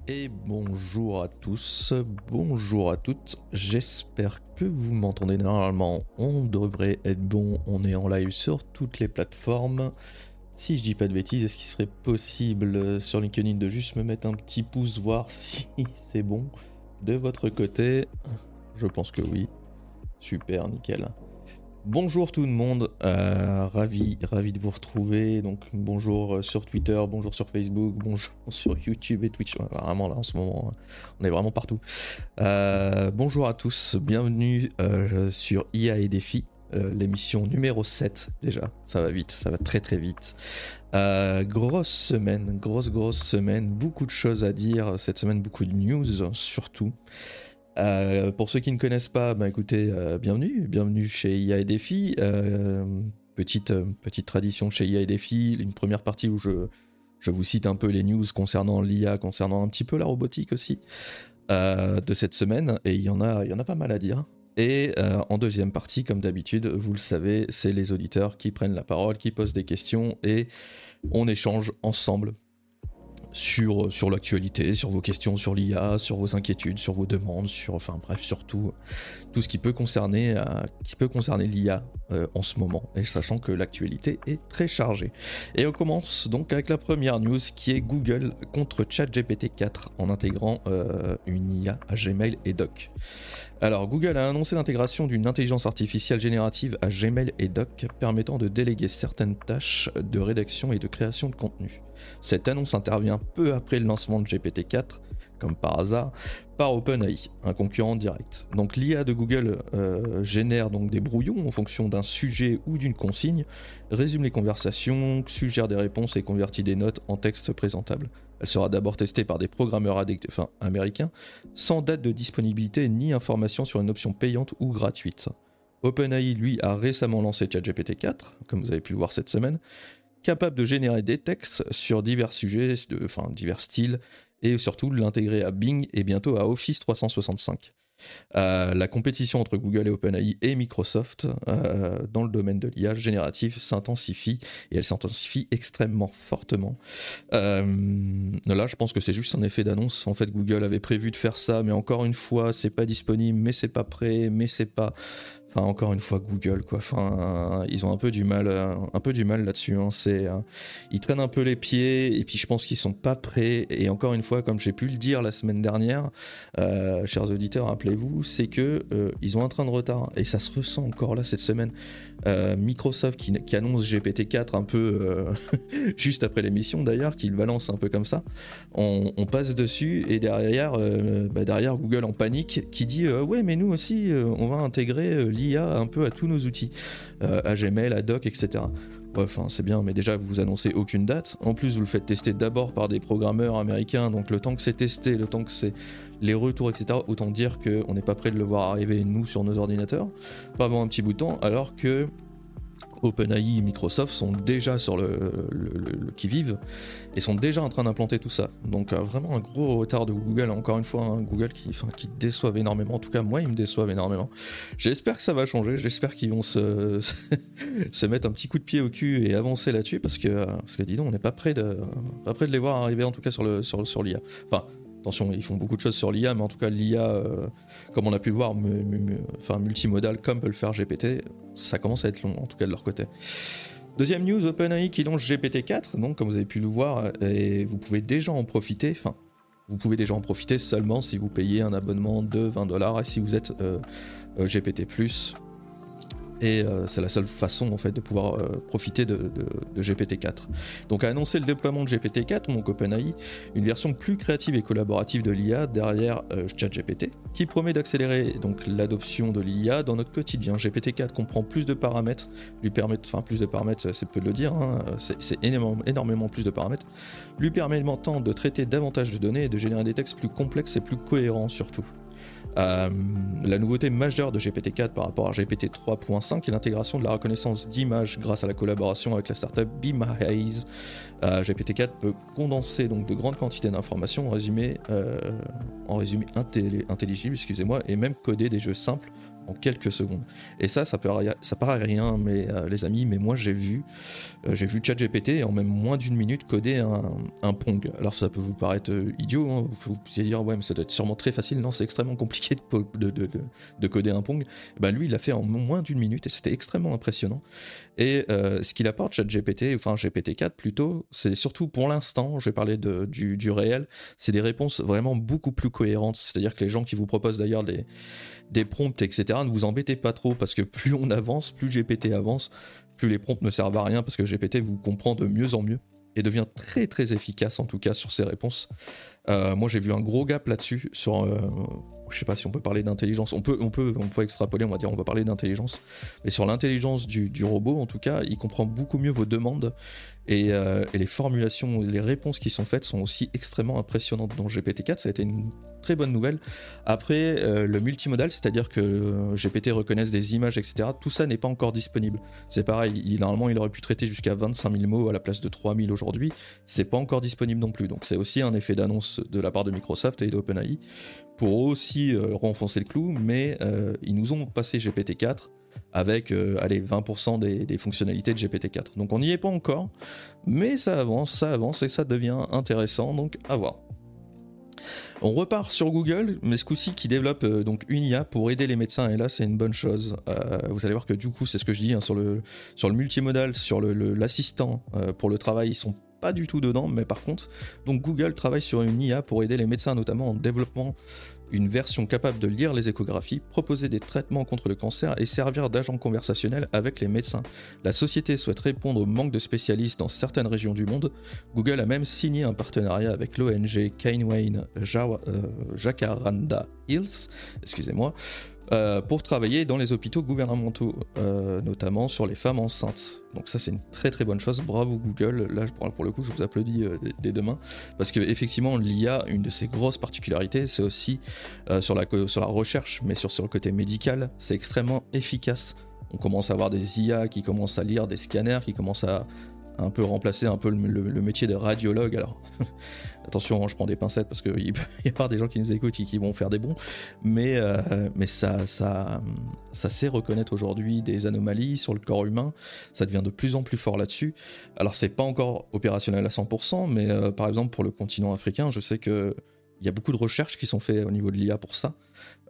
Et bonjour à tous, bonjour à toutes, j'espère que vous m'entendez normalement, on devrait être bon, on est en live sur toutes les plateformes. Si je dis pas de bêtises, est-ce qu'il serait possible sur LinkedIn de juste me mettre un petit pouce, voir si c'est bon de votre côté? Je pense que oui, super, nickel. Bonjour tout le monde, ravi de vous retrouver. Donc bonjour sur Twitter, bonjour sur Facebook, bonjour sur YouTube et Twitch. Vraiment là en ce moment, on est vraiment partout. Bonjour à tous, bienvenue sur IA et Défis, l'émission numéro 7 déjà. Ça va vite, ça va très très vite. Grosse semaine, grosse semaine, beaucoup de choses à dire cette semaine, beaucoup de news surtout. Pour ceux qui ne connaissent pas, bah écoutez, bienvenue chez IA et Défis. Petite tradition chez IA et Défis, une première partie où je vous cite un peu les news concernant l'IA, concernant un petit peu la robotique aussi de cette semaine, et il y en a pas mal à dire. Et en deuxième partie, comme d'habitude, vous le savez, c'est les auditeurs qui prennent la parole, qui posent des questions, et on échange ensemble sur l'actualité, sur vos questions sur l'IA, sur vos inquiétudes, sur vos demandes, enfin bref, sur tout ce qui peut concerner l'IA en ce moment, et sachant que l'actualité est très chargée. Et on commence donc avec la première news qui est Google contre ChatGPT 4 en intégrant une IA à Gmail et Doc. Alors, Google a annoncé l'intégration d'une intelligence artificielle générative à Gmail et Doc, permettant de déléguer certaines tâches de rédaction et de création de contenu. Cette annonce intervient peu après le lancement de GPT-4, comme par hasard, par OpenAI, un concurrent direct. Donc l'IA de Google génère donc des brouillons en fonction d'un sujet ou d'une consigne, résume les conversations, suggère des réponses et convertit des notes en texte présentable. Elle sera d'abord testée par des programmeurs américains, sans date de disponibilité ni information sur une option payante ou gratuite. OpenAI, lui, a récemment lancé ChatGPT 4, comme vous avez pu le voir cette semaine, capable de générer des textes sur divers sujets, divers styles, et surtout de l'intégrer à Bing et bientôt à Office 365. La compétition entre Google et OpenAI et Microsoft dans le domaine de l'IA générative s'intensifie, et elle s'intensifie extrêmement fortement. Là, je pense que c'est juste un effet d'annonce. En fait, Google avait prévu de faire ça, mais encore une fois, c'est pas disponible, mais c'est pas prêt, mais c'est pas... Enfin, encore une fois, Google, quoi. Enfin, ils ont un peu du mal là-dessus. Hein. Ils traînent un peu les pieds, et puis je pense qu'ils sont pas prêts. Et encore une fois, comme j'ai pu le dire la semaine dernière, chers auditeurs, rappelez-vous, c'est que ils ont un train de retard, et ça se ressent encore là cette semaine. Microsoft qui annonce GPT-4 un peu juste après l'émission d'ailleurs, qui le balance un peu comme ça. On passe dessus, et derrière Google en panique qui dit ouais, mais nous aussi on va intégrer l'IA un peu à tous nos outils, à Gmail, à Doc, etc. Enfin, c'est bien, mais déjà vous annoncez aucune date. En plus, vous le faites tester d'abord par des programmeurs américains, donc le temps que c'est testé, le temps que c'est les retours, etc., autant dire qu'on n'est pas prêt de le voir arriver, nous, sur nos ordinateurs, pas avant un petit bout de temps, alors que OpenAI et Microsoft sont déjà sur le qui-vive et sont déjà en train d'implanter tout ça. Donc vraiment un gros retard de Google, encore une fois, hein, Google qui déçoivent énormément. En tout cas, moi, ils me déçoivent énormément. J'espère que ça va changer, j'espère qu'ils vont se mettre un petit coup de pied au cul et avancer là-dessus, parce que dis donc, on n'est pas prêt de les voir arriver, en tout cas sur l'IA. Enfin, attention, ils font beaucoup de choses sur l'IA, mais en tout cas l'IA, comme on a pu le voir, multimodal, comme peut le faire GPT, ça commence à être long, en tout cas de leur côté. Deuxième news, OpenAI qui lance GPT-4, donc comme vous avez pu le voir, et vous pouvez déjà en profiter, seulement si vous payez un abonnement de $20, et si vous êtes GPT+, et c'est la seule façon en fait de pouvoir profiter de GPT-4. Donc a annoncé le déploiement de GPT-4, donc OpenAI, une version plus créative et collaborative de l'IA derrière ChatGPT, qui promet d'accélérer donc l'adoption de l'IA dans notre quotidien. GPT-4 comprend plus de paramètres, c'est peu de le dire, hein, c'est énormément plus de paramètres, lui permettant de traiter davantage de données et de générer des textes plus complexes et plus cohérents surtout. La nouveauté majeure de GPT-4 par rapport à GPT 3.5 est l'intégration de la reconnaissance d'images grâce à la collaboration avec la startup Beehive. GPT-4 peut condenser donc de grandes quantités d'informations en résumé intelligible, et même coder des jeux simples en quelques secondes. Et ça paraît rien, mais les amis, mais moi j'ai vu ChatGPT en même moins d'une minute coder un Pong. Alors ça peut vous paraître idiot, hein, vous pouvez dire ouais mais ça doit être sûrement très facile, non c'est extrêmement compliqué de coder un Pong. Ben, lui il l'a fait en moins d'une minute et c'était extrêmement impressionnant. Et ce qu'il apporte ChatGPT, enfin GPT-4 plutôt, c'est surtout pour l'instant, je vais parler du réel, c'est des réponses vraiment beaucoup plus cohérentes, c'est-à-dire que les gens qui vous proposent d'ailleurs des prompts, etc., ne vous embêtez pas trop, parce que plus on avance, plus GPT avance, plus les prompts ne servent à rien, parce que GPT vous comprend de mieux en mieux, et devient très très efficace en tout cas sur ses réponses. Moi j'ai vu un gros gap là-dessus, sur... je sais pas si on peut parler d'intelligence, on peut extrapoler, on va dire, on va parler d'intelligence, mais sur l'intelligence du robot en tout cas, il comprend beaucoup mieux vos demandes, et les formulations, les réponses qui sont faites sont aussi extrêmement impressionnantes. Donc GPT-4 ça a été une très bonne nouvelle. Après le multimodal, c'est-à-dire que GPT reconnaisse des images, etc., tout ça n'est pas encore disponible. C'est pareil, normalement il aurait pu traiter jusqu'à 25 000 mots à la place de 3 000 aujourd'hui, c'est pas encore disponible non plus, donc c'est aussi un effet d'annonce de la part de Microsoft et d'OpenAI pour aussi renfoncer le clou, mais ils nous ont passé GPT-4 avec 20% des fonctionnalités de GPT-4. Donc on n'y est pas encore, mais ça avance et ça devient intéressant, donc à voir. On repart sur Google, mais ce coup-ci qui développe donc une IA pour aider les médecins, et là c'est une bonne chose. Vous allez voir que du coup c'est ce que je dis, hein, sur le multimodal, sur l'assistant pour le travail, ils sont pas du tout dedans, mais par contre, donc Google travaille sur une IA pour aider les médecins, notamment en développement une version capable de lire les échographies, proposer des traitements contre le cancer et servir d'agent conversationnel avec les médecins. La société souhaite répondre au manque de spécialistes dans certaines régions du monde. Google a même signé un partenariat avec l'ONG Kane Jacaranda Hills, excusez-moi, pour travailler dans les hôpitaux gouvernementaux, notamment sur les femmes enceintes. Donc ça c'est une très très bonne chose, bravo Google, là pour le coup je vous applaudis dès demain, parce que effectivement l'IA, une de ses grosses particularités, c'est aussi sur la recherche, mais sur le côté médical, c'est extrêmement efficace. On commence à avoir des IA qui commencent à lire des scanners, qui commencent à un peu remplacer un peu le métier de radiologue. Alors attention, je prends des pincettes parce qu'il peut y avoir des gens qui nous écoutent et qui vont faire des bons, mais ça sait reconnaître aujourd'hui des anomalies sur le corps humain, ça devient de plus en plus fort là-dessus. Alors c'est pas encore opérationnel à 100%, mais par exemple pour le continent africain, je sais que il y a beaucoup de recherches qui sont faites au niveau de l'IA pour ça.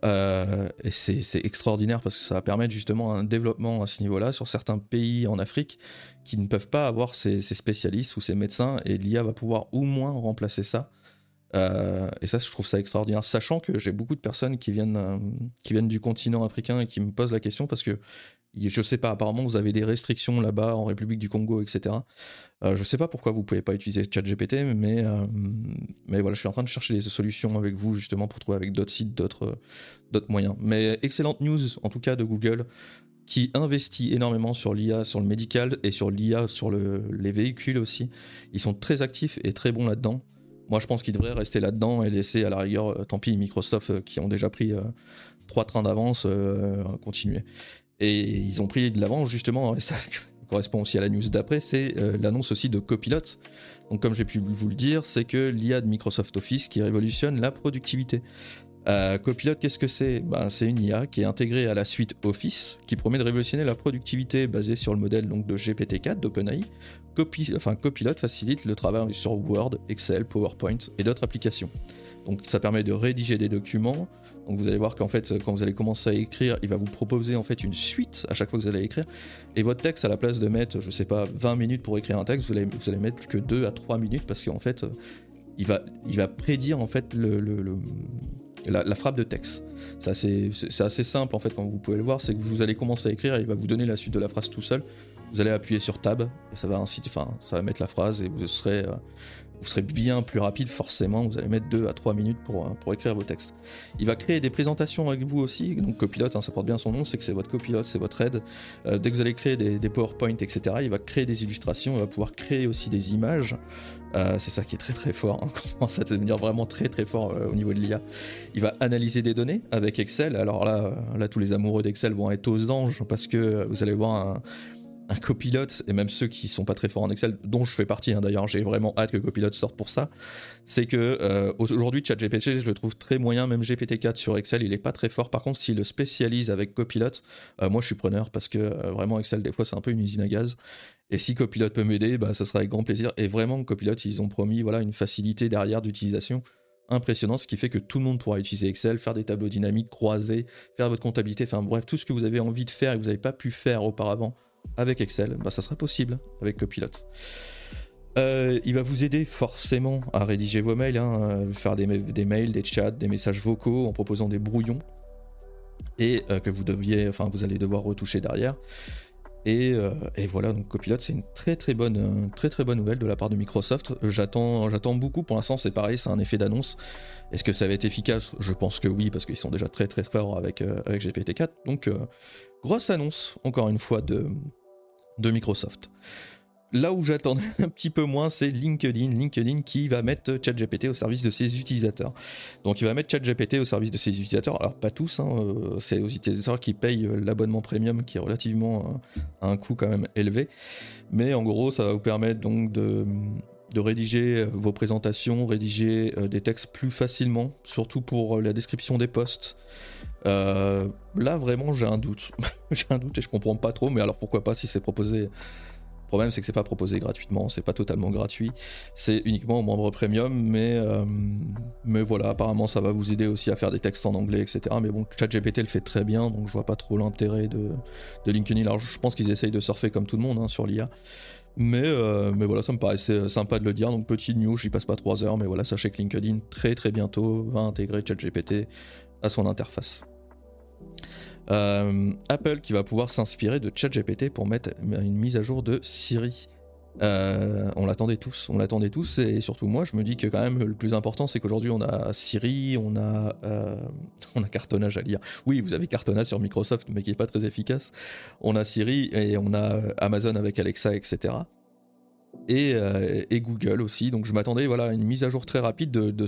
Et c'est extraordinaire parce que ça va permettre justement un développement à ce niveau-là sur certains pays en Afrique qui ne peuvent pas avoir ces spécialistes ou ces médecins, et l'IA va pouvoir au moins remplacer ça. Et ça, je trouve ça extraordinaire, sachant que j'ai beaucoup de personnes qui viennent du continent africain et qui me posent la question parce que je sais pas, apparemment vous avez des restrictions là-bas en République du Congo, etc. Je sais pas pourquoi vous pouvez pas utiliser ChatGPT, mais voilà, je suis en train de chercher des solutions avec vous justement pour trouver avec d'autres sites, d'autres moyens. Mais excellente news en tout cas de Google, qui investit énormément sur l'IA, sur le médical et sur l'IA, sur les véhicules aussi. Ils sont très actifs et très bons là-dedans. Moi je pense qu'ils devraient rester là-dedans et laisser à la rigueur, tant pis Microsoft qui ont déjà pris 3 trains d'avance, continuer. Et ils ont pris de l'avance justement, et ça correspond aussi à la news d'après, c'est l'annonce aussi de Copilot. Donc comme j'ai pu vous le dire, c'est que l'IA de Microsoft Office qui révolutionne la productivité. Copilot, qu'est-ce que c'est ? C'est une IA qui est intégrée à la suite Office, qui promet de révolutionner la productivité basée sur le modèle donc, de GPT-4 d'OpenAI. Copilot facilite le travail sur Word, Excel, PowerPoint et d'autres applications. Donc ça permet de rédiger des documents. Donc vous allez voir qu'en fait, quand vous allez commencer à écrire, il va vous proposer en fait une suite à chaque fois que vous allez écrire. Et votre texte, à la place de mettre, je sais pas, 20 minutes pour écrire un texte, vous allez mettre plus que 2 à 3 minutes parce qu'en fait, il va prédire en fait la frappe de texte. C'est assez simple en fait quand vous pouvez le voir, c'est que vous allez commencer à écrire et il va vous donner la suite de la phrase tout seul. Vous allez appuyer sur Tab et ça va mettre la phrase et vous serez bien plus rapide forcément. Vous allez mettre 2 à 3 minutes pour écrire vos textes. Il va créer des présentations avec vous aussi, donc Copilot, ça porte bien son nom, c'est que c'est votre copilote, c'est votre aide. Dès que vous allez créer des PowerPoint, etc., il va créer des illustrations, il va pouvoir créer aussi des images. C'est ça qui est très très fort, hein. On commence à devenir vraiment très très fort au niveau de l'IA. Il va analyser des données avec Excel. Alors là tous les amoureux d'Excel vont être aux anges parce que vous allez voir un copilote, et même ceux qui sont pas très forts en Excel, dont je fais partie, hein, d'ailleurs, j'ai vraiment hâte que Copilot sorte pour ça, c'est que aujourd'hui, ChatGPT, je le trouve très moyen, même GPT-4 sur Excel, il est pas très fort. Par contre, s'il le spécialise avec Copilot, moi je suis preneur, parce que vraiment Excel, des fois, c'est un peu une usine à gaz. Et si Copilot peut m'aider, bah, ça sera avec grand plaisir. Et vraiment, Copilot, ils ont promis voilà, une facilité derrière d'utilisation impressionnante, ce qui fait que tout le monde pourra utiliser Excel, faire des tableaux dynamiques, croiser, faire votre comptabilité, enfin bref, tout ce que vous avez envie de faire et que vous n'avez pas pu faire auparavant avec Excel, bah, ça sera possible avec Copilot. Il va vous aider forcément à rédiger vos mails, hein, faire des mails, des chats, des messages vocaux en proposant des brouillons et que vous allez devoir retoucher derrière. Et voilà, donc Copilot, c'est une très bonne nouvelle de la part de Microsoft. J'attends beaucoup. Pour l'instant, c'est pareil, c'est un effet d'annonce. Est-ce que ça va être efficace? Je pense que oui, parce qu'ils sont déjà très forts avec GPT-4. Donc, grosse annonce, encore une fois, de Microsoft. Là où j'attendais un petit peu moins, c'est LinkedIn qui va mettre ChatGPT au service de ses utilisateurs. Donc il va mettre ChatGPT au service de ses utilisateurs, alors pas tous, hein, c'est aux utilisateurs qui payent l'abonnement premium qui est relativement à un coût quand même élevé. Mais en gros, ça va vous permettre donc de rédiger vos présentations, rédiger des textes plus facilement, surtout pour la description des posts. Là vraiment j'ai un doute. J'ai un doute et je comprends pas trop, mais alors pourquoi pas si c'est proposé. Le problème, c'est que c'est pas proposé gratuitement, c'est pas totalement gratuit, c'est uniquement aux membres premium, mais voilà, apparemment ça va vous aider aussi à faire des textes en anglais, etc. Mais bon, ChatGPT le fait très bien, donc je vois pas trop l'intérêt de LinkedIn. Alors je pense qu'ils essayent de surfer comme tout le monde, hein, sur l'IA, mais voilà, ça me paraissait sympa de le dire. Donc petite news, j'y passe pas 3 heures, mais voilà, sachez que LinkedIn très bientôt va intégrer ChatGPT à son interface. Apple qui va pouvoir s'inspirer de ChatGPT pour mettre une mise à jour de Siri. On l'attendait tous, et surtout moi, je me dis que quand même le plus important, c'est qu'aujourd'hui on a Siri, on a cartonnage à lire. Oui, vous avez cartonnage sur Microsoft, mais qui est pas très efficace. On a Siri et on a Amazon avec Alexa, etc. Et Google aussi, donc je m'attendais à une mise à jour très rapide de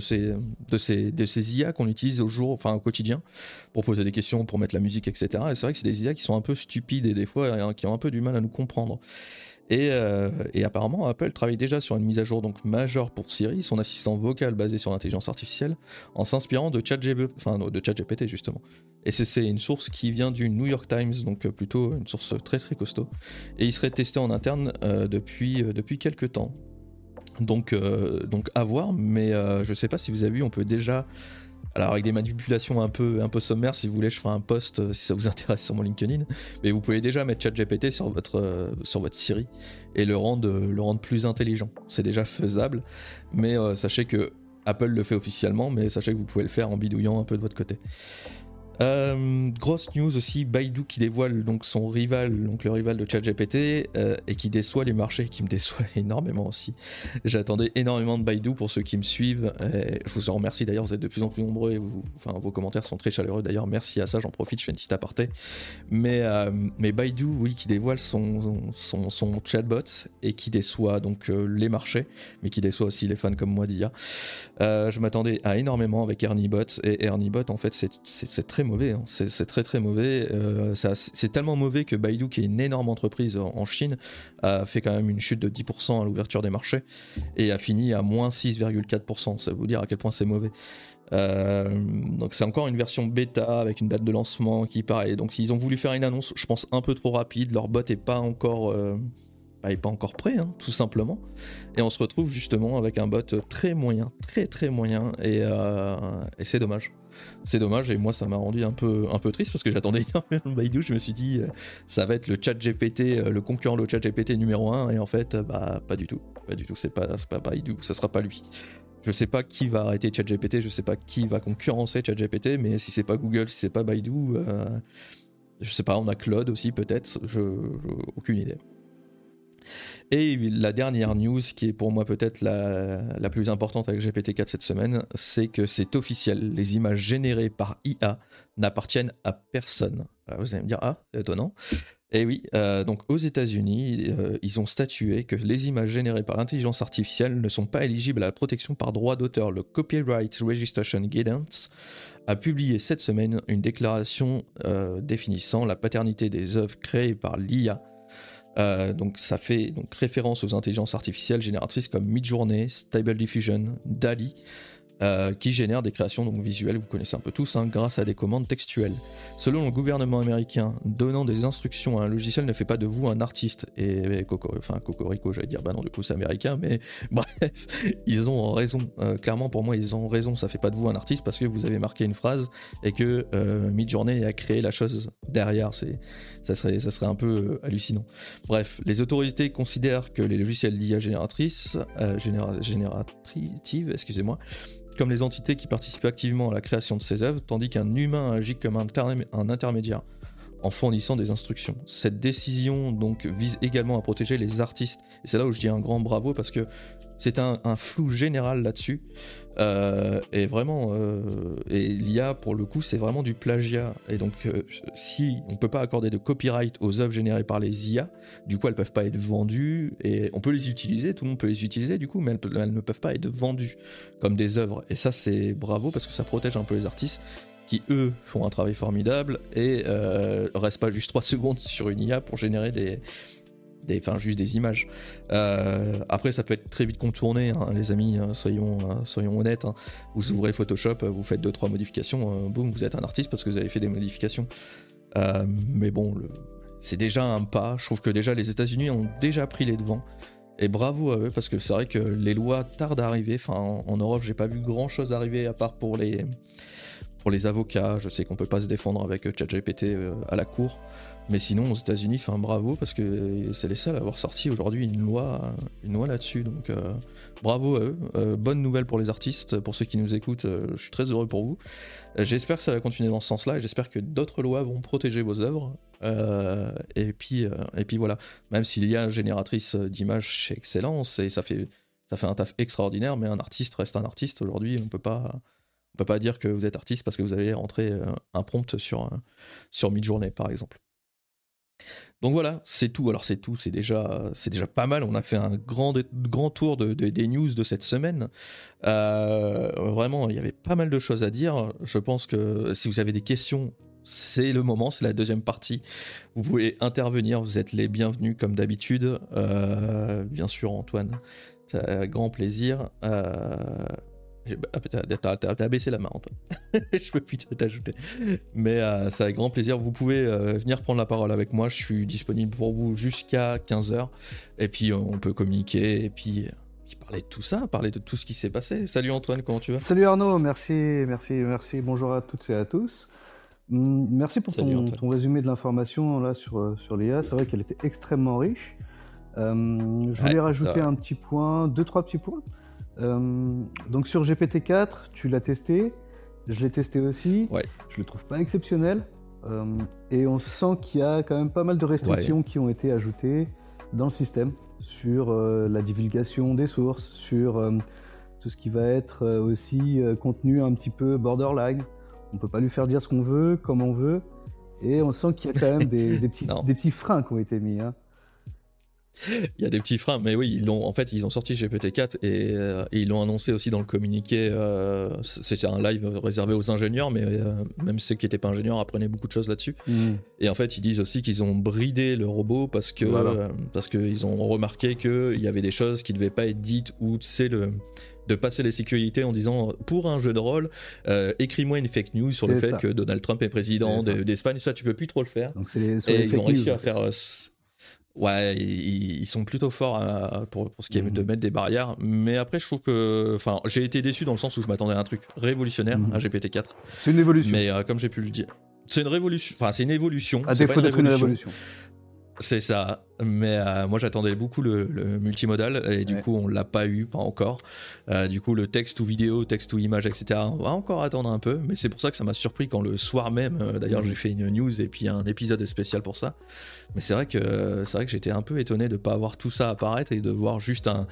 ces IA qu'on utilise au quotidien pour poser des questions, pour mettre la musique, etc. Et c'est vrai que c'est des IA qui sont un peu stupides et des fois hein, qui ont un peu du mal à nous comprendre. Et apparemment, Apple travaille déjà sur une mise à jour donc majeure pour Siri, son assistant vocal basé sur l'intelligence artificielle, en s'inspirant de ChatGPT justement. Et c'est une source qui vient du New York Times, donc plutôt une source très costaud. Et il serait testé en interne depuis quelques temps. Donc à voir, mais je sais pas si vous avez vu, on peut déjà... Alors avec des manipulations un peu sommaires, si vous voulez, je ferai un post si ça vous intéresse sur mon LinkedIn. Mais vous pouvez déjà mettre ChatGPT sur votre Siri et le rendre plus intelligent. C'est déjà faisable, mais sachez que Apple le fait officiellement, mais sachez que vous pouvez le faire en bidouillant un peu de votre côté. Grosse news aussi, Baidu qui dévoile donc son rival, donc le rival de ChatGPT, et qui déçoit les marchés, qui me déçoit énormément aussi. J'attendais énormément de Baidu pour ceux qui me suivent. Je vous en remercie d'ailleurs, vous êtes de plus en plus nombreux et vos commentaires sont très chaleureux. D'ailleurs, merci à ça, j'en profite, je fais une petite aparté. Mais Baidu, oui, qui dévoile son chatbot et qui déçoit donc les marchés, mais qui déçoit aussi les fans comme moi d'IA. Je m'attendais à énormément avec Erniebot, et Erniebot en fait c'est très mauvais, hein. C'est très mauvais. C'est tellement mauvais que Baidu, qui est une énorme entreprise en Chine, a fait quand même une chute de 10% à l'ouverture des marchés et a fini à moins 6,4%. Ça veut vous dire à quel point c'est mauvais. Donc c'est encore une version bêta avec une date de lancement qui paraît. Donc ils ont voulu faire une annonce, je pense un peu trop rapide. Leur bot est pas encore prêt, hein, tout simplement. Et on se retrouve justement avec un bot très moyen, très moyen, et c'est dommage. C'est dommage, et moi ça m'a rendu un peu triste parce que j'attendais énormément Baidu. Je me suis dit ça va être le ChatGPT, le concurrent de ChatGPT numéro 1, et en fait pas du tout, c'est pas Baidu, ça sera pas lui. Je sais pas qui va arrêter ChatGPT, je sais pas qui va concurrencer ChatGPT, mais si c'est pas Google, si c'est pas Baidu, je sais pas, on a Claude aussi peut-être, aucune idée. Et la dernière news, qui est pour moi peut-être la plus importante avec GPT-4 cette semaine, c'est que c'est officiel, les images générées par IA n'appartiennent à personne. Alors vous allez me dire, ah, étonnant. Et oui, donc aux États-Unis, ils ont statué que les images générées par l'intelligence artificielle ne sont pas éligibles à la protection par droit d'auteur. Le Copyright Registration Guidance a publié cette semaine une déclaration définissant la paternité des œuvres créées par l'IA. Donc ça fait donc référence aux intelligences artificielles génératrices comme Midjourney, Stable Diffusion, DALL-E, qui génèrent des créations donc visuelles, vous connaissez un peu tous, grâce à des commandes textuelles. Selon le gouvernement américain, donnant des instructions à un logiciel ne fait pas de vous un artiste. Et Cocorico, j'allais dire, bah non, du coup c'est américain, mais bref, ils ont raison. Clairement, pour moi, ils ont raison, ça fait pas de vous un artiste parce que vous avez marqué une phrase et que Midjourney a créé la chose derrière. Ça serait un peu hallucinant. Bref, les autorités considèrent que les logiciels d'IA génératrices, génératives, excusez-moi, comme les entités qui participent activement à la création de ces œuvres, tandis qu'un humain agit comme un intermédiaire en fournissant des instructions. Cette décision donc vise également à protéger les artistes. Et c'est là où je dis un grand bravo parce que c'est un flou général là-dessus. Et vraiment, et l'IA pour le coup, c'est vraiment du plagiat. Et donc, si on ne peut pas accorder de copyright aux œuvres générées par les IA, du coup, elles ne peuvent pas être vendues. Et on peut les utiliser, tout le monde peut les utiliser du coup, mais elles ne peuvent pas être vendues comme des œuvres. Et ça, c'est bravo parce que ça protège un peu les artistes qui eux font un travail formidable et restent pas juste 3 secondes sur une IA pour générer juste des images. Après ça peut être très vite contourné, les amis, soyons honnêtes, vous ouvrez Photoshop, vous faites 2-3 modifications, boum, vous êtes un artiste parce que vous avez fait des modifications. Mais bon, c'est déjà un pas. Je trouve que déjà les États-Unis ont déjà pris les devants. Et bravo à eux parce que c'est vrai que les lois tardent à arriver. Enfin, en Europe, j'ai pas vu grand chose arriver à part pour les avocats. Je sais qu'on peut pas se défendre avec ChatGPT à la cour, mais sinon aux États-Unis, bravo parce que c'est les seuls à avoir sorti aujourd'hui une loi là-dessus. Donc bravo à eux. Bonne nouvelle pour les artistes, pour ceux qui nous écoutent. Je suis très heureux pour vous. J'espère que ça va continuer dans ce sens-là et j'espère que d'autres lois vont protéger vos œuvres. Et puis voilà. Même s'il y a une génératrice d'images, c'est excellent. Ça fait un taf extraordinaire, mais un artiste reste un artiste. Aujourd'hui, on peut pas dire que vous êtes artiste parce que vous avez rentré un prompt sur Midjourney par exemple. Donc voilà, c'est tout. Alors c'est déjà pas mal. On a fait un grand tour des news de cette semaine. Vraiment, il y avait pas mal de choses à dire. Je pense que si vous avez des questions, c'est le moment, c'est la deuxième partie. Vous pouvez intervenir, vous êtes les bienvenus comme d'habitude. Bien sûr, Antoine, c'est un grand plaisir. T'as baissé la main, Antoine. Je peux plus t'ajouter. Mais c'est avec grand plaisir. Vous pouvez venir prendre la parole avec moi. Je suis disponible pour vous jusqu'à 15h. Et puis on peut communiquer et puis parler de tout ça, parler de tout ce qui s'est passé. Salut Antoine, comment tu vas ? Salut Arnaud, merci. Bonjour à toutes et à tous. Merci pour ton résumé de l'information là sur l'IA. C'est vrai qu'elle était extrêmement riche. Je voulais rajouter un petit point, 2-3 petits points. Donc sur GPT-4, tu l'as testé, je l'ai testé aussi, je le trouve pas exceptionnel, et on sent qu'il y a quand même pas mal de restrictions qui ont été ajoutées dans le système sur la divulgation des sources, sur tout ce qui va être aussi contenu un petit peu borderline. On peut pas lui faire dire ce qu'on veut, comme on veut, et on sent qu'il y a quand même des petits freins qui ont été mis. Il y a des petits freins, mais oui, ils ont sorti GPT-4 et ils l'ont annoncé aussi dans le communiqué. C'est un live réservé aux ingénieurs, mais même ceux qui n'étaient pas ingénieurs apprenaient beaucoup de choses là-dessus. Et en fait, ils disent aussi qu'ils ont bridé le robot parce qu'ils ont remarqué qu'il y avait des choses qui ne devaient pas être dites ou de passer les sécurités en disant pour un jeu de rôle, écris-moi une fake news sur le fait que Donald Trump est président d'Espagne. Ça, tu peux plus trop le faire. Donc ils ont réussi à faire. Ouais, ils sont plutôt forts pour ce qui est de mettre des barrières, mais après je trouve que, j'ai été déçu dans le sens où je m'attendais à un truc révolutionnaire à GPT-4. C'est une évolution. Mais comme j'ai pu le dire, c'est une révolution. C'est une évolution. À défaut d'être une révolution. C'est ça, mais moi j'attendais beaucoup le multimodal et du coup on l'a pas eu, pas encore. Du coup le texte ou vidéo, texte ou image, etc. On va encore attendre un peu, mais c'est pour ça que ça m'a surpris quand le soir même, d'ailleurs j'ai fait une news et puis un épisode spécial pour ça. Mais c'est vrai que j'étais un peu étonné de pas avoir tout ça apparaître et de voir juste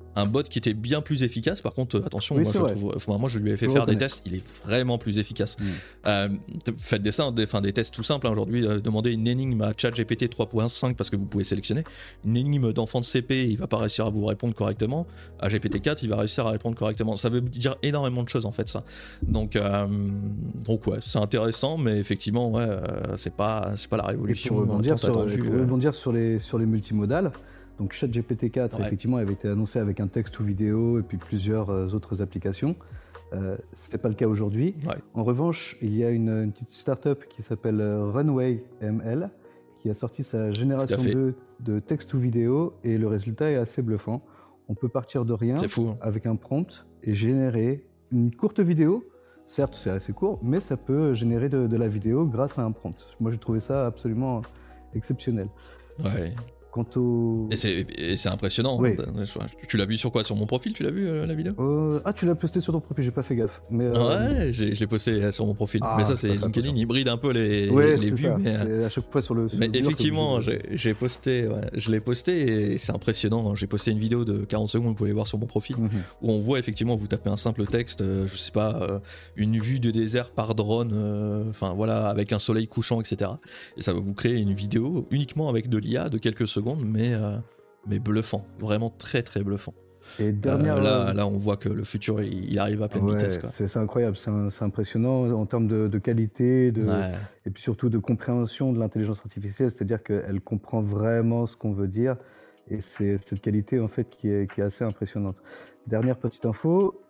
un bot qui était bien plus efficace. Par contre, attention, Oui, moi, c'est vrai. moi je lui ai fait Je faire des reconnais. tests, il est vraiment plus efficace. Faites des tests tout simples. Aujourd'hui, demandez une énigme à ChatGPT 3.5 parce que vous pouvez sélectionner. Une énigme d'enfant de CP, il va pas réussir à vous répondre correctement. À GPT-4, il va réussir à répondre correctement. Ça veut dire énormément de choses en fait, ça. Donc ouais, c'est intéressant, mais effectivement, ouais, c'est pas la révolution tant attendue. Pour rebondir sur les multimodales, donc ChatGPT 4 Ouais. effectivement avait été annoncé avec un texte ou vidéo et puis plusieurs autres applications. Ce n'est pas le cas aujourd'hui. Ouais. En revanche, il y a une petite startup qui s'appelle Runway ML qui a sorti sa génération 2 de texte ou vidéo et le résultat est assez bluffant. On peut partir de rien avec un prompt et générer une courte vidéo. Certes, c'est assez court, mais ça peut générer de la vidéo grâce à un prompt. Moi, j'ai trouvé ça absolument exceptionnel. Ouais. Quant au... Et c'est impressionnant. Oui. Tu l'as vu sur quoi? Sur mon profil, tu l'as vu la vidéo? Ah, tu l'as posté sur ton profil, j'ai pas fait gaffe. Mais, ouais, je l'ai posté sur mon profil. Mais ça, c'est LinkedIn, il bride un peu les vues. Ça. Mais à chaque fois sur le. Mais effectivement, j'ai posté, je l'ai posté et c'est impressionnant. J'ai posté une vidéo de 40 secondes, vous pouvez aller voir sur mon profil, où on voit effectivement, vous tapez un simple texte, je sais pas, une vue de désert par drone, enfin voilà, avec un soleil couchant, etc. Et ça va vous créer une vidéo uniquement avec de l'IA de quelques secondes, mais bluffant, vraiment très très bluffant. Et là, on voit que le futur, il arrive à pleine vitesse. C'est incroyable, c'est impressionnant en termes de qualité, et puis surtout de compréhension de l'intelligence artificielle, c'est-à-dire qu'elle comprend vraiment ce qu'on veut dire, et c'est cette qualité en fait qui est assez impressionnante. Dernière petite info,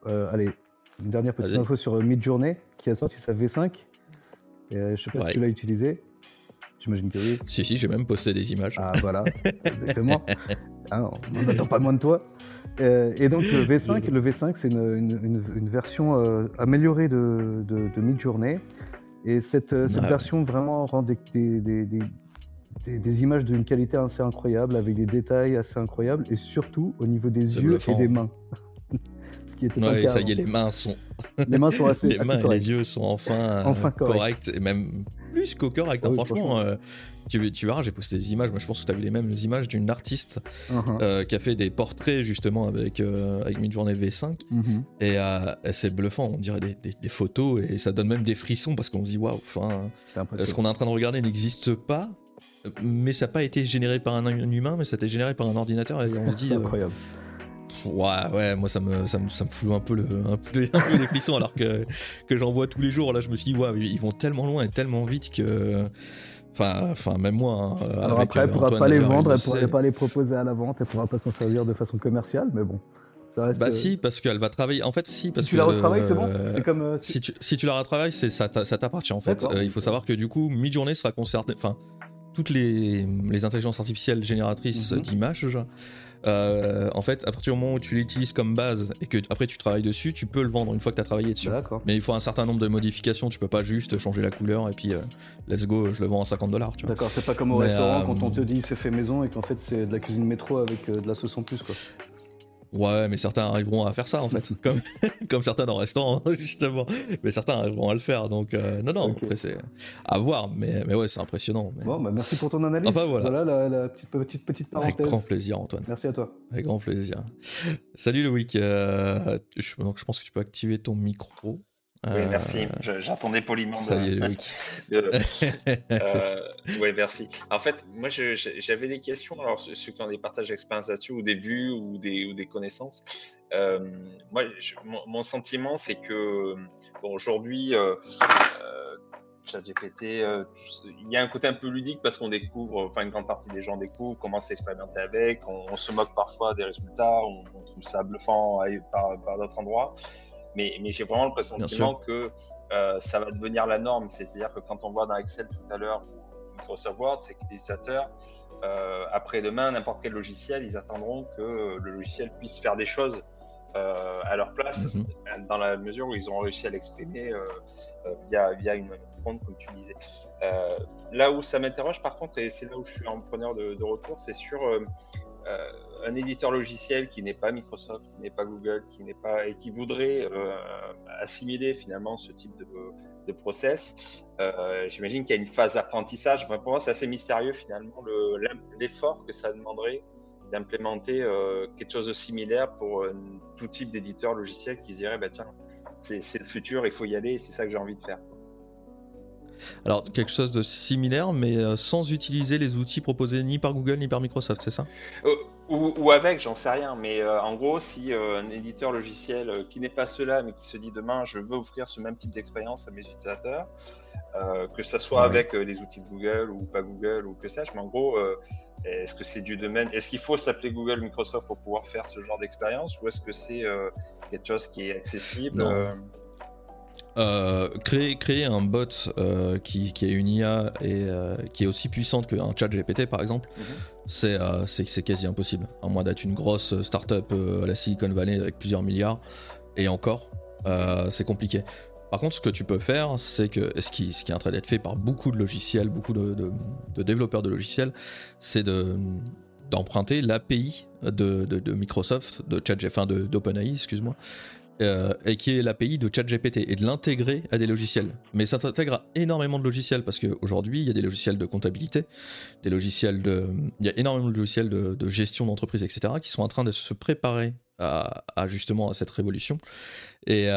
info sur Midjourney, qui a sorti sa V5, et je sais pas si tu l'as utilisé. J'imagine que oui. Si, j'ai même posté des images. Ah voilà, exactement. On n'attend pas moins de toi. Et donc le V5 c'est une version améliorée de Midjourney. Et cette version vraiment rend des images d'une qualité assez incroyable, avec des détails assez incroyables, et surtout au niveau des yeux et des mains. Ce qui était pas le cas ça y est, les mains sont assez les mains et les yeux sont enfin corrects, et même plus qu'au correct. Oui, franchement, tu verras, j'ai posté des images, mais je pense que tu as vu les mêmes images d'une artiste qui a fait des portraits justement avec Midjourney V5, et c'est bluffant, on dirait des photos, et ça donne même des frissons parce qu'on se dit waouh, ce qu'on est en train de regarder n'existe pas, mais ça n'a pas été généré par un humain, mais ça a été généré par un ordinateur, et on se dit incroyable. Ouais, moi ça me fout un peu des frissons, alors que j'en vois tous les jours. Là, je me suis dit, ouais, ils vont tellement loin et tellement vite que. Enfin, même moi. Alors après, elle pourra pas les vendre, elle pourra pas les proposer à la vente, elle pourra pas s'en servir de façon commerciale, mais bon. Ça reste... Bah si, parce qu'elle va travailler. En fait, si, parce si tu la retravailles, c'est bon. C'est comme. Si tu la retravailles, ça t'appartient en fait. Il faut savoir que du coup, Midjourney sera concerné. Enfin, toutes les intelligences artificielles génératrices d'images. En fait, à partir du moment où tu l'utilises comme base et que après tu travailles dessus, tu peux le vendre une fois que tu as travaillé dessus. Mais il faut un certain nombre de modifications, tu peux pas juste changer la couleur et puis let's go, je le vends à $50. D'accord, c'est pas comme au restaurant quand on te dit c'est fait maison et qu'en fait c'est de la cuisine métro avec de la sauce en plus, quoi. Ouais, mais certains arriveront à faire ça en fait, comme certains dans le restaurant justement. Mais certains arriveront à le faire, donc non. Après c'est à voir, mais ouais, c'est impressionnant. Mais... Bon, bah merci pour ton analyse. Enfin, voilà la petite parenthèse. Avec grand plaisir, Antoine. Merci à toi. Avec grand plaisir. Salut Loïc. Donc je pense que tu peux activer ton micro. Oui, merci. J'attendais poliment. Salut Loïc. Oui, merci. En fait, moi, j'avais des questions. Alors, ceux qui ont des partages d'expérience là-dessus, ou des vues, ou des connaissances. Moi, mon sentiment, c'est que aujourd'hui, ChatGPT, il y a un côté un peu ludique parce qu'on découvre, enfin une grande partie des gens découvrent, commencent à expérimenter avec. On se moque parfois des résultats, on trouve ça bluffant par d'autres endroits. Mais j'ai vraiment le pressentiment que ça va devenir la norme. C'est-à-dire que quand on voit dans Excel tout à l'heure ou Microsoft Word, c'est que les utilisateurs, après-demain, n'importe quel logiciel, ils attendront que le logiciel puisse faire des choses à leur place, dans la mesure où ils ont réussi à l'exprimer via une prompt, comme tu disais. Là où ça m'interroge par contre, et c'est là où je suis un preneur de retour, c'est sur un éditeur logiciel qui n'est pas Microsoft, qui n'est pas Google, et qui voudrait assimiler finalement ce type de process. J'imagine qu'il y a une phase d'apprentissage. Enfin, pour moi, c'est assez mystérieux finalement l'effort que ça demanderait d'implémenter quelque chose de similaire pour tout type d'éditeur logiciel qui se dirait tiens, c'est le futur, il faut y aller, et c'est ça que j'ai envie de faire. Alors, quelque chose de similaire, mais sans utiliser les outils proposés ni par Google ni par Microsoft, c'est ça ? Ou avec, j'en sais rien, mais en gros, si un éditeur logiciel qui n'est pas cela, mais qui se dit demain, je veux offrir ce même type d'expérience à mes utilisateurs, que ça soit avec les outils de Google ou pas Google ou que sais-je, mais en gros, est-ce que c'est du domaine, est-ce qu'il faut s'appeler Google, Microsoft pour pouvoir faire ce genre d'expérience, ou est-ce que c'est quelque chose qui est accessible ? Créer un bot qui est une IA et qui est aussi puissante qu'un chat GPT par exemple, c'est quasi impossible, à moins d'être une grosse start-up à la Silicon Valley avec plusieurs milliards, et encore c'est compliqué. Par contre, ce que tu peux faire, c'est que ce qui est en train d'être fait par beaucoup de logiciels, beaucoup de développeurs de logiciels, c'est d'emprunter l'API de Microsoft, d'OpenAI, excuse-moi, et qui est l'API de ChatGPT, et de l'intégrer à des logiciels. Mais ça s'intègre à énormément de logiciels, parce qu'aujourd'hui, il y a des logiciels de comptabilité, il y a énormément de logiciels de gestion d'entreprise, etc., qui sont en train de se préparer justement à cette révolution. Et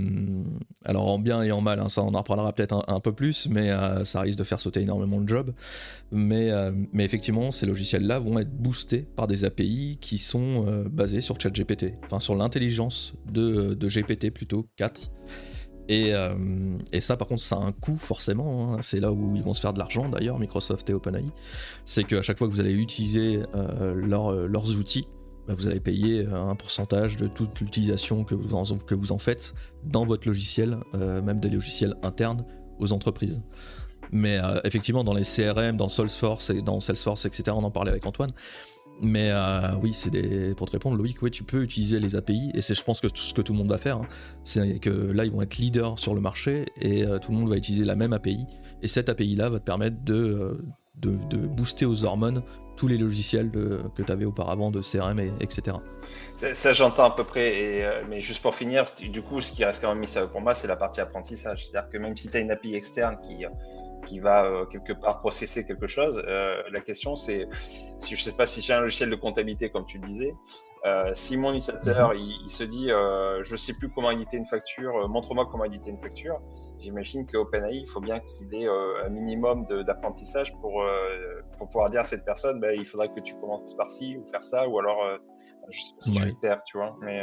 alors en bien et en mal, ça on en reparlera peut-être un peu plus, mais ça risque de faire sauter énormément de jobs. Mais effectivement, ces logiciels-là vont être boostés par des API qui sont basés sur ChatGPT, enfin sur l'intelligence de GPT plutôt 4. Et ça par contre ça a un coût forcément, hein. C'est là où ils vont se faire de l'argent d'ailleurs, Microsoft et OpenAI. C'est qu'à chaque fois que vous allez utiliser leurs outils, vous allez payer un pourcentage de toute l'utilisation que vous en faites dans votre logiciel, même des logiciels internes aux entreprises. Mais effectivement, dans les CRM, dans Salesforce, etc., on en parlait avec Antoine. Mais oui, pour te répondre, Loïc, oui, tu peux utiliser les API, et c'est, je pense que ce que tout le monde va faire, hein, c'est que là, ils vont être leaders sur le marché, et tout le monde va utiliser la même API, et cette API-là va te permettre de booster aux hormones tous les logiciels que tu avais auparavant de CRM, etc. Ça j'entends à peu près, mais juste pour finir, du coup, ce qui reste quand même mystérieux pour moi, c'est la partie apprentissage. C'est-à-dire que même si tu as une API externe qui va quelque part processer quelque chose, la question c'est, si je sais pas, si j'ai un logiciel de comptabilité comme tu le disais, si mon utilisateur il se dit je sais plus comment éditer une facture, montre-moi comment éditer une facture, j'imagine que OpenAI, il faut bien qu'il ait un minimum d'apprentissage pour pouvoir dire à cette personne, il faudrait que tu commences par ci ou faire ça, ou alors je sais pas si je vais taire, tu vois, mais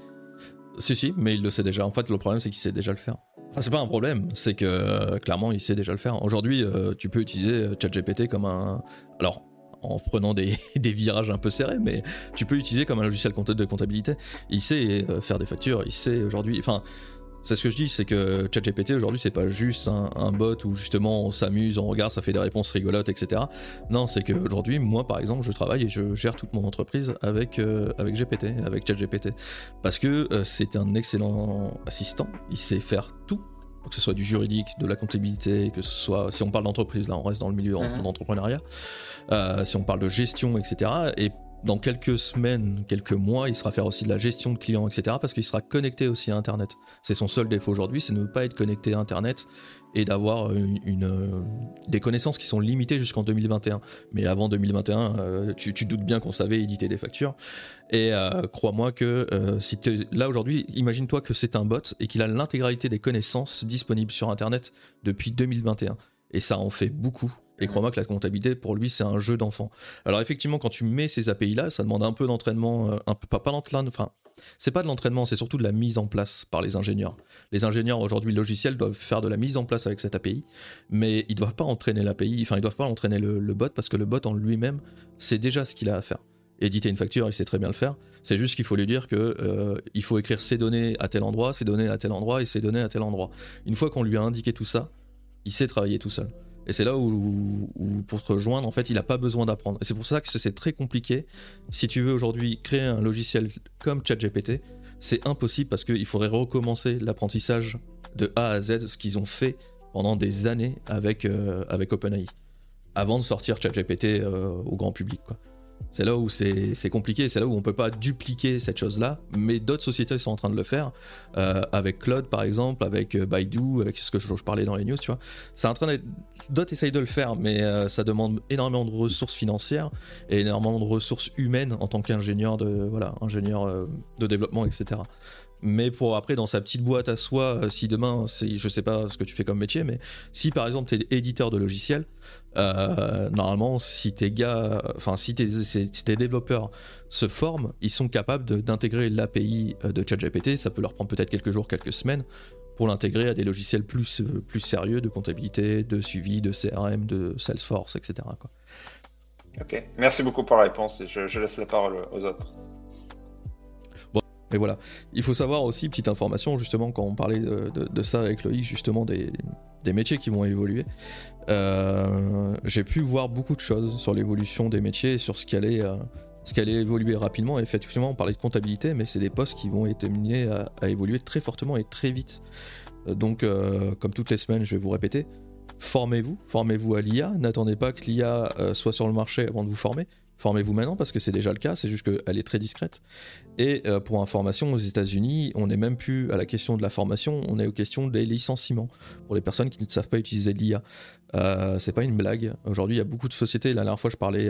Si, mais il le sait déjà. En fait, le problème, c'est qu'il sait déjà le faire. Enfin, c'est pas un problème, c'est que clairement, il sait déjà le faire. Aujourd'hui, tu peux utiliser ChatGPT comme un... Alors, en prenant des virages un peu serrés, mais tu peux l'utiliser comme un logiciel de comptabilité. Il sait faire des factures, il sait aujourd'hui... Enfin, c'est ce que je dis, c'est que ChatGPT aujourd'hui c'est pas juste un bot où justement on s'amuse, on regarde, ça fait des réponses rigolotes, etc. Non, c'est qu'aujourd'hui, moi par exemple, je travaille et je gère toute mon entreprise avec GPT, avec ChatGPT, parce que c'est un excellent assistant, il sait faire tout, que ce soit du juridique, de la comptabilité, que ce soit, si on parle d'entreprise, là on reste dans le milieu d'entrepreneuriat, si on parle de gestion, etc. Et dans quelques semaines, quelques mois, il sera faire aussi de la gestion de clients, etc. parce qu'il sera connecté aussi à Internet. C'est son seul défaut aujourd'hui, c'est de ne pas être connecté à Internet et d'avoir des connaissances qui sont limitées jusqu'en 2021. Mais avant 2021, tu doutes bien qu'on savait éditer des factures. Et crois-moi que là aujourd'hui, imagine-toi que c'est un bot et qu'il a l'intégralité des connaissances disponibles sur Internet depuis 2021. Et ça en fait beaucoup. Et crois-moi que la comptabilité, pour lui, c'est un jeu d'enfant. Alors effectivement, quand tu mets ces API-là, ça demande un peu d'entraînement, c'est pas de l'entraînement, c'est surtout de la mise en place par les ingénieurs. Les ingénieurs, aujourd'hui, logiciels, doivent faire de la mise en place avec cette API, mais ils doivent pas entraîner l'API, ils doivent pas entraîner le bot, parce que le bot en lui-même, c'est déjà ce qu'il a à faire. Éditer une facture, il sait très bien le faire, c'est juste qu'il faut lui dire que il faut écrire ces données à tel endroit, ces données à tel endroit, et ces données à tel endroit. Une fois qu'on lui a indiqué tout ça, il sait travailler tout seul. Et c'est là où pour te rejoindre, en fait, il n'a pas besoin d'apprendre. Et c'est pour ça que c'est très compliqué. Si tu veux aujourd'hui créer un logiciel comme ChatGPT, c'est impossible parce qu'il faudrait recommencer l'apprentissage de A à Z, ce qu'ils ont fait pendant des années avec OpenAI, avant de sortir ChatGPT au grand public, quoi. C'est là où c'est compliqué, c'est là où on ne peut pas dupliquer cette chose-là, mais d'autres sociétés sont en train de le faire, avec Claude par exemple, avec Baidu, avec ce que je parlais dans les news, tu vois. C'est en train d'être... D'autres essayent de le faire, mais ça demande énormément de ressources financières et énormément de ressources humaines en tant qu'ingénieur ingénieur de développement, etc. Mais pour après, dans sa petite boîte à soi, si demain, je sais pas ce que tu fais comme métier, mais si par exemple tu es éditeur de logiciels, normalement, si tes développeurs se forment, ils sont capables d'intégrer l'API de ChatGPT. Ça peut leur prendre peut-être quelques jours, quelques semaines, pour l'intégrer à des logiciels plus sérieux de comptabilité, de suivi, de CRM, de Salesforce, etc. quoi. Ok, merci beaucoup pour la réponse et je laisse la parole aux autres. Mais voilà, il faut savoir aussi, petite information, justement, quand on parlait de ça avec Loïc, justement, des métiers qui vont évoluer, j'ai pu voir beaucoup de choses sur l'évolution des métiers et sur ce qui allait évoluer rapidement. Et effectivement, on parlait de comptabilité, mais c'est des postes qui vont être amenés à évoluer très fortement et très vite. Donc, comme toutes les semaines, je vais vous répéter, formez-vous à l'IA, n'attendez pas que l'IA soit sur le marché avant de vous former. Formez-vous maintenant parce que c'est déjà le cas, c'est juste qu'elle est très discrète. Et pour information, aux États-Unis, on n'est même plus à la question de la formation, on est aux questions des licenciements pour les personnes qui ne savent pas utiliser l'IA. C'est pas une blague. Aujourd'hui, il y a beaucoup de sociétés. La dernière fois, je parlais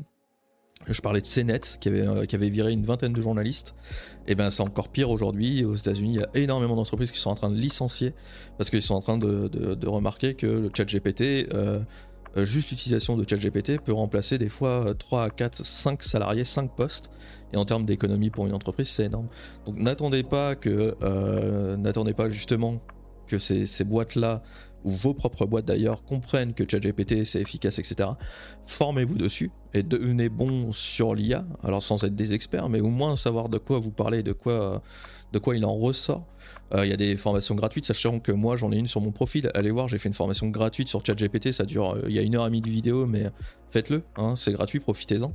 de CNET qui avait viré une vingtaine de journalistes. Et ben c'est encore pire aujourd'hui. Aux États-Unis, il y a énormément d'entreprises qui sont en train de licencier parce qu'ils sont en train de remarquer que le ChatGPT, juste l'utilisation de ChatGPT peut remplacer des fois 3 à 4, 5 salariés, 5 postes. Et en termes d'économie pour une entreprise, c'est énorme. Donc n'attendez pas justement que ces boîtes-là, ou vos propres boîtes d'ailleurs, comprennent que ChatGPT c'est efficace, etc. Formez-vous dessus et devenez bon sur l'IA, alors sans être des experts, mais au moins savoir de quoi vous parlez, de quoi il en ressort. Il y a des formations gratuites, sachant que moi j'en ai une sur mon profil. Allez voir, j'ai fait une formation gratuite sur ChatGPT, ça dure, il y a 1h30 de vidéo, mais faites-le, hein, c'est gratuit, profitez-en.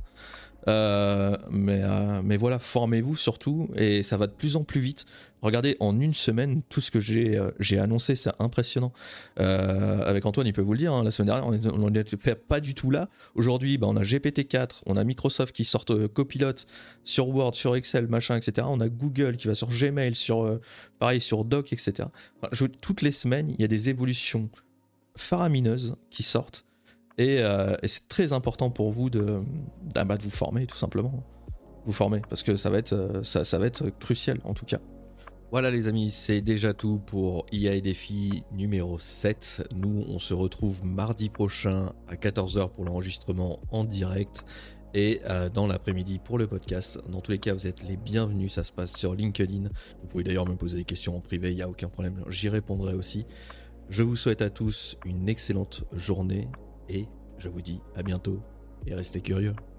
Mais voilà, formez-vous surtout et ça va de plus en plus vite. Regardez, en une semaine, tout ce que j'ai annoncé, c'est impressionnant. Avec Antoine, il peut vous le dire, hein, la semaine dernière, on n'était pas du tout là. Aujourd'hui, on a GPT-4, on a Microsoft qui sort Copilot sur Word, sur Excel, machin, etc. On a Google qui va sur Gmail, pareil, sur Doc, etc. Enfin, toutes les semaines, il y a des évolutions faramineuses qui sortent. Et c'est très important pour vous de vous former, tout simplement. Vous former, parce que ça va être crucial, en tout cas. Voilà les amis, c'est déjà tout pour IA et Défi numéro 7. Nous, on se retrouve mardi prochain à 14h pour l'enregistrement en direct et dans l'après-midi pour le podcast. Dans tous les cas, vous êtes les bienvenus, ça se passe sur LinkedIn. Vous pouvez d'ailleurs me poser des questions en privé, il n'y a aucun problème, j'y répondrai aussi. Je vous souhaite à tous une excellente journée et je vous dis à bientôt et restez curieux.